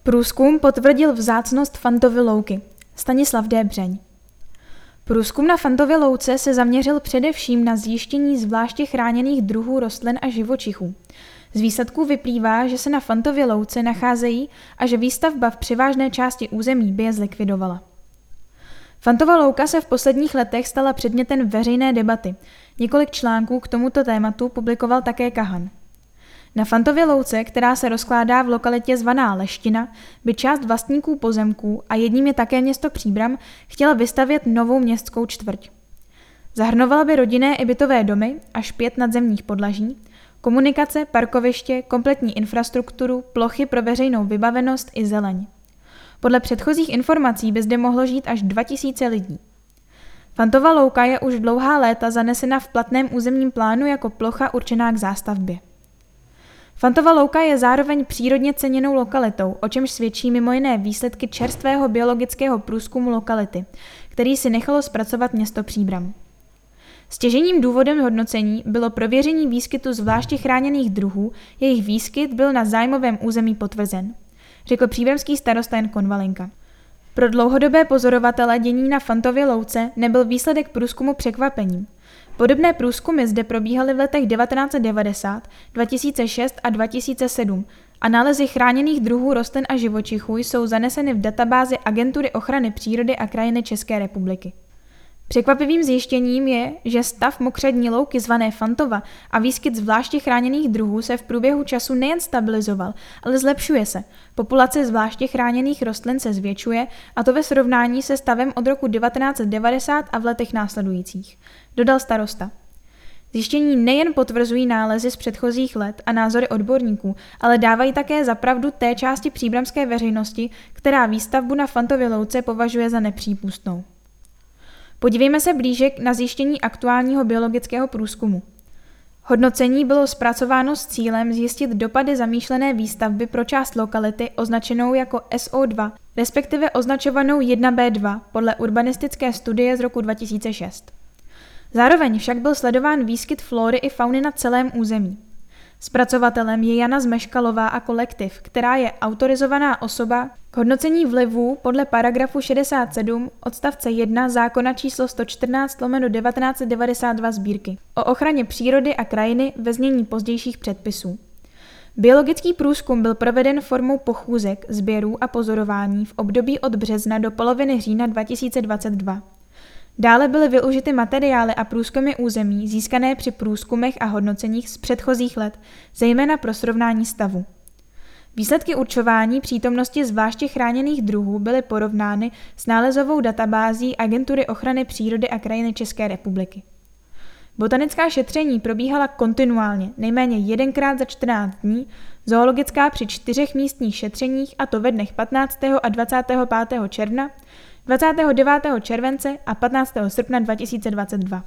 Průzkum potvrdil vzácnost Fantovy louky. Stanislav D. Břeň. Průzkum na Fantově louce se zaměřil především na zjištění zvláště chráněných druhů rostlin a živočichů. Z výsledků vyplývá, že se na Fantově louce nacházejí a že výstavba v převážné části území by je zlikvidovala. Fantova louka se v posledních letech stala předmětem veřejné debaty. Několik článků k tomuto tématu publikoval také Kahan. Na Fantově louce, která se rozkládá v lokalitě zvaná Leština, by část vlastníků pozemků, a jedním je také město Příbram, chtěla vystavět novou městskou čtvrť. Zahrnovala by rodinné i bytové domy, až 5 nadzemních podlaží, komunikace, parkoviště, kompletní infrastrukturu, plochy pro veřejnou vybavenost i zeleň. Podle předchozích informací by zde mohlo žít až 2000 lidí. Fantova louka je už dlouhá léta zanesena v platném územním plánu jako plocha určená k zástavbě. Fantova louka je zároveň přírodně ceněnou lokalitou, o čemž svědčí mimo jiné výsledky čerstvého biologického průzkumu lokality, který si nechalo zpracovat město Příbram. Stěžejním důvodem hodnocení bylo prověření výskytu zvláště chráněných druhů, jejich výskyt byl na zájmovém území potvrzen, řekl příbramský starosta Jan Konvalinka. Pro dlouhodobé pozorovatele dění na Fantově louce nebyl výsledek průzkumu překvapením. Podobné průzkumy zde probíhaly v letech 1990, 2006 a 2007 a nálezy chráněných druhů rostlin a živočichů jsou zaneseny v databázi Agentury ochrany přírody a krajiny České republiky. Překvapivým zjištěním je, že stav mokřadní louky zvané Fantova a výskyt zvláště chráněných druhů se v průběhu času nejen stabilizoval, ale zlepšuje se. Populace zvláště chráněných rostlin se zvětšuje, a to ve srovnání se stavem od roku 1990 a v letech následujících, dodal starosta. Zjištění nejen potvrzují nálezy z předchozích let a názory odborníků, ale dávají také za pravdu té části příbramské veřejnosti, která výstavbu na Fantově louce považuje za nepřípustnou. Podívejme se blíže na zjištění aktuálního biologického průzkumu. Hodnocení bylo zpracováno s cílem zjistit dopady zamýšlené výstavby pro část lokality označenou jako SO2, respektive označovanou 1B2 podle urbanistické studie z roku 2006. Zároveň však byl sledován výskyt flóry i fauny na celém území. Zpracovatelem je Jana Zmeškalová a kolektiv, která je autorizovaná osoba k hodnocení vlivů podle paragrafu 67 odstavce 1 zákona číslo 114/1992 sbírky o ochraně přírody a krajiny ve znění pozdějších předpisů. Biologický průzkum byl proveden formou pochůzek, sběrů a pozorování v období od března do poloviny října 2022. Dále byly využity materiály a průzkumy území získané při průzkumech a hodnoceních z předchozích let, zejména pro srovnání stavu. Výsledky určování přítomnosti zvláště chráněných druhů byly porovnány s nálezovou databází Agentury ochrany přírody a krajiny České republiky. Botanická šetření probíhala kontinuálně, nejméně 1krát za 14 dní, zoologická při 4 místních šetřeních, a to ve dnech 15. a 25. června, 29. července a 15. srpna 2022.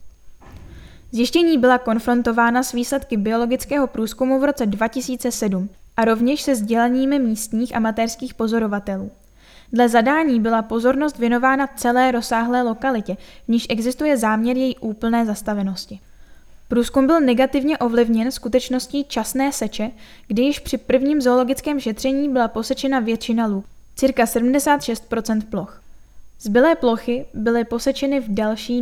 Zjištění byla konfrontována s výsledky biologického průzkumu v roce 2007 a rovněž se sděleními místních amatérských pozorovatelů. Dle zadání byla pozornost věnována celé rozsáhlé lokalitě, v níž existuje záměr její úplné zastavenosti. Průzkum byl negativně ovlivněn skutečností časné seče, kdy již při prvním zoologickém šetření byla posečena většina luk, cirka 76% ploch. Zbylé plochy byly posečeny v dalším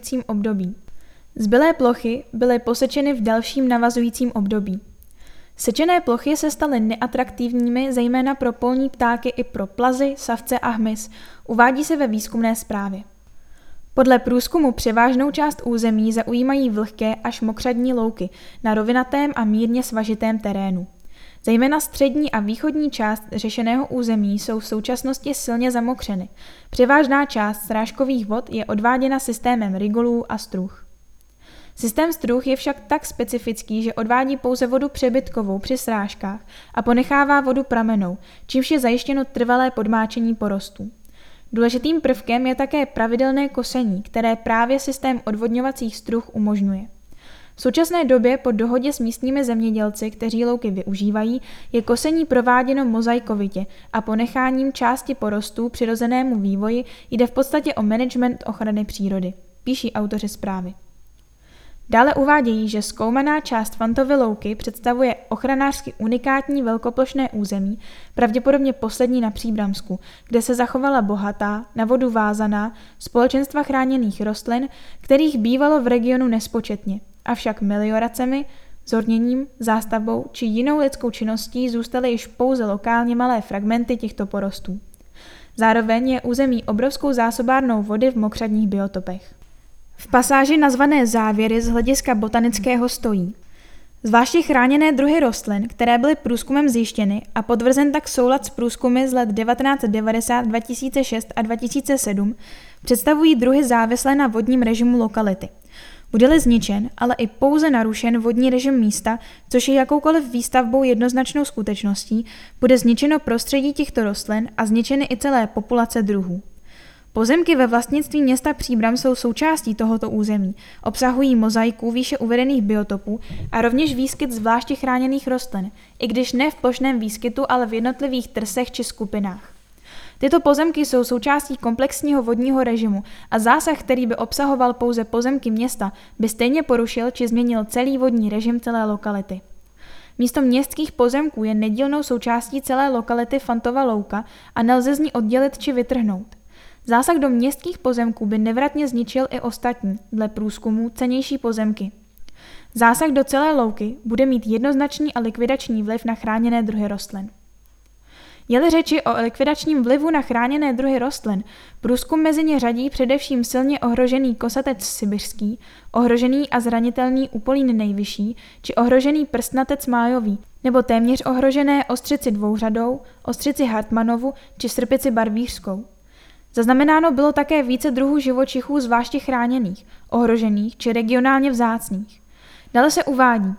navazujícím období. Sečené plochy se staly neatraktivními zejména pro polní ptáky i pro plazy, savce a hmyz, uvádí se ve výzkumné zprávě. Podle průzkumu převážnou část území zaujímají vlhké až mokřadní louky na rovinatém a mírně svažitém terénu. Zejména střední a východní část řešeného území jsou v současnosti silně zamokřeny. Převážná část srážkových vod je odváděna systémem rigolů a struh. Systém struh je však tak specifický, že odvádí pouze vodu přebytkovou při srážkách a ponechává vodu pramennou, čímž je zajištěno trvalé podmáčení porostů. Důležitým prvkem je také pravidelné kosení, které právě systém odvodňovacích struh umožňuje. V současné době po dohodě s místními zemědělci, kteří louky využívají, je kosení prováděno mozaikovitě a ponecháním části porostů přirozenému vývoji jde v podstatě o management ochrany přírody, píší autoři zprávy. Dále uvádějí, že zkoumaná část Fantovy louky představuje ochranářsky unikátní velkoplošné území, pravděpodobně poslední na Příbramsku, kde se zachovala bohatá, na vodu vázaná společenstva chráněných rostlin, kterých bývalo v regionu nespočetně, avšak melioracemi, zorněním, zástavbou či jinou lidskou činností zůstaly již pouze lokálně malé fragmenty těchto porostů. Zároveň je území obrovskou zásobárnou vody v mokřadních biotopech. V pasáži nazvané Závěry z hlediska botanického stojí: zvláště chráněné druhy rostlin, které byly průzkumem zjištěny a potvrzen tak soulad s průzkumy z let 1990, 2006 a 2007, představují druhy závislé na vodním režimu lokality. Bude-li zničen, ale i pouze narušen vodní režim místa, což je jakoukoliv výstavbou jednoznačnou skutečností, bude zničeno prostředí těchto rostlin a zničeny i celé populace druhů. Pozemky ve vlastnictví města Příbram jsou součástí tohoto území, obsahují mozaiku výše uvedených biotopů a rovněž výskyt zvláště chráněných rostlin, i když ne v plošném výskytu, ale v jednotlivých trsech či skupinách. Tyto pozemky jsou součástí komplexního vodního režimu a zásah, který by obsahoval pouze pozemky města, by stejně porušil či změnil celý vodní režim celé lokality. Místo městských pozemků je nedílnou součástí celé lokality Fantova louka a nelze z ní oddělit či vytrhnout. Zásah do městských pozemků by nevratně zničil i ostatní, dle průzkumů, cennější pozemky. Zásah do celé louky bude mít jednoznačný a likvidační vliv na chráněné druhy rostlin. Je-li řeči o likvidačním vlivu na chráněné druhy rostlin, průzkum mezi ně řadí především silně ohrožený kosatec sibiřský, ohrožený a zranitelný upolín nejvyšší či ohrožený prstnatec májový, nebo téměř ohrožené ostřici dvouřadou, ostřici Hartmanovu či srpici barvířskou. Zaznamenáno bylo také více druhů živočichů zvláště chráněných, ohrožených či regionálně vzácných. Dále se uvádí: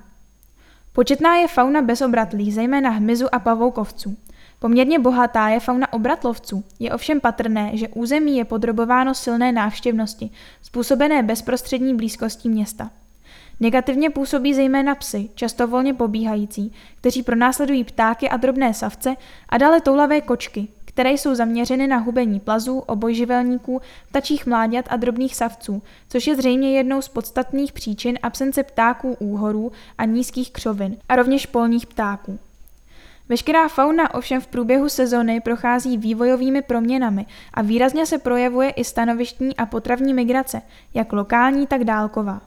početná je fauna bezobratlých, zejména hmyzu a pavoukovců. Poměrně bohatá je fauna obratlovců, je ovšem patrné, že území je podrobováno silné návštěvnosti, způsobené bezprostřední blízkostí města. Negativně působí zejména psy, často volně pobíhající, kteří pronásledují ptáky a drobné savce, a dále toulavé kočky, které jsou zaměřeny na hubení plazů, obojživelníků, ptačích mláďat a drobných savců, což je zřejmě jednou z podstatných příčin absence ptáků úhorů a nízkých křovin, a rovněž polních ptáků. Veškerá fauna ovšem v průběhu sezony prochází vývojovými proměnami a výrazně se projevuje i stanovištní a potravní migrace, jak lokální, tak dálková.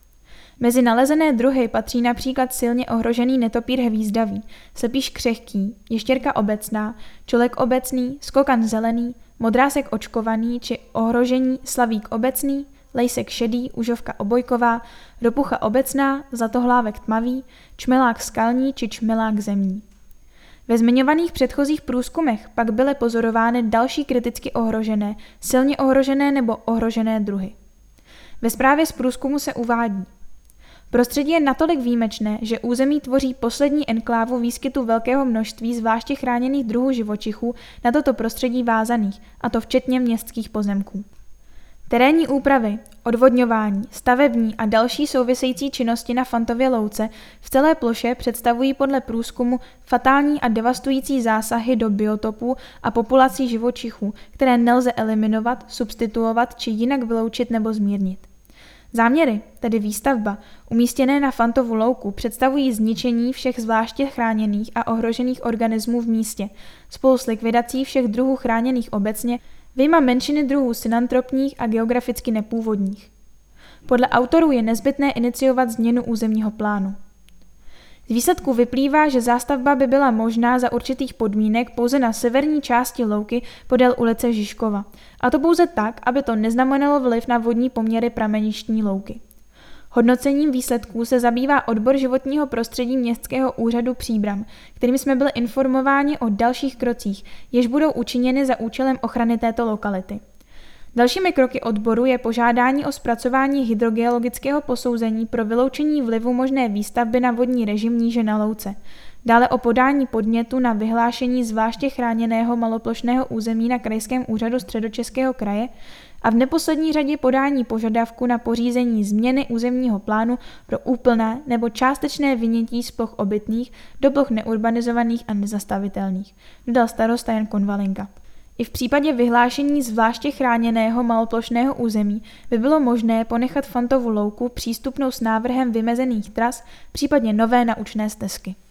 Mezi nalezené druhy patří například silně ohrožený netopýr hvízdavý, slepíš křehký, ještěrka obecná, čolek obecný, skokan zelený, modrásek očkovaný či ohrožení slavík obecný, lejsek šedý, užovka obojková, ropucha obecná, zlatohlávek tmavý, čmelák skalní či čmelák zemní. Ve zmiňovaných předchozích průzkumech pak byly pozorovány další kriticky ohrožené, silně ohrožené nebo ohrožené druhy. Ve zprávě z průzkumu se uvádí: prostředí je natolik výjimečné, že území tvoří poslední enklávu výskytu velkého množství zvláště chráněných druhů živočichů na toto prostředí vázaných, a to včetně městských pozemků. Terénní úpravy, odvodňování, stavební a další související činnosti na Fantově louce v celé ploše představují podle průzkumu fatální a devastující zásahy do biotopů a populací živočichů, které nelze eliminovat, substituovat či jinak vyloučit nebo zmírnit. Záměry, tedy výstavba, umístěné na Fantovu louku, představují zničení všech zvláště chráněných a ohrožených organismů v místě, spolu s likvidací všech druhů chráněných obecně, vyjma menšiny druhů synantropních a geograficky nepůvodních. Podle autorů je nezbytné iniciovat změnu územního plánu. Z výsledku vyplývá, že zástavba by byla možná za určitých podmínek pouze na severní části louky podél ulice Žižkova, a to pouze tak, aby to neznamenalo vliv na vodní poměry prameništní louky. Hodnocením výsledků se zabývá odbor životního prostředí Městského úřadu Příbram, kterým jsme byli informováni o dalších krocích, jež budou učiněny za účelem ochrany této lokality. Dalšími kroky odboru je požádání o zpracování hydrogeologického posouzení pro vyloučení vlivu možné výstavby na vodní režim níže na louce, dále o podání podnětu na vyhlášení zvláště chráněného maloplošného území na Krajském úřadu Středočeského kraje a v neposlední řadě podání požadavku na pořízení změny územního plánu pro úplné nebo částečné vynětí z ploch obytných do ploch neurbanizovaných a nezastavitelných, dodal starosta Jan Konvalinka. I v případě vyhlášení zvláště chráněného maloplošného území by bylo možné ponechat Fantovu louku přístupnou s návrhem vymezených tras, případně nové naučné stezky.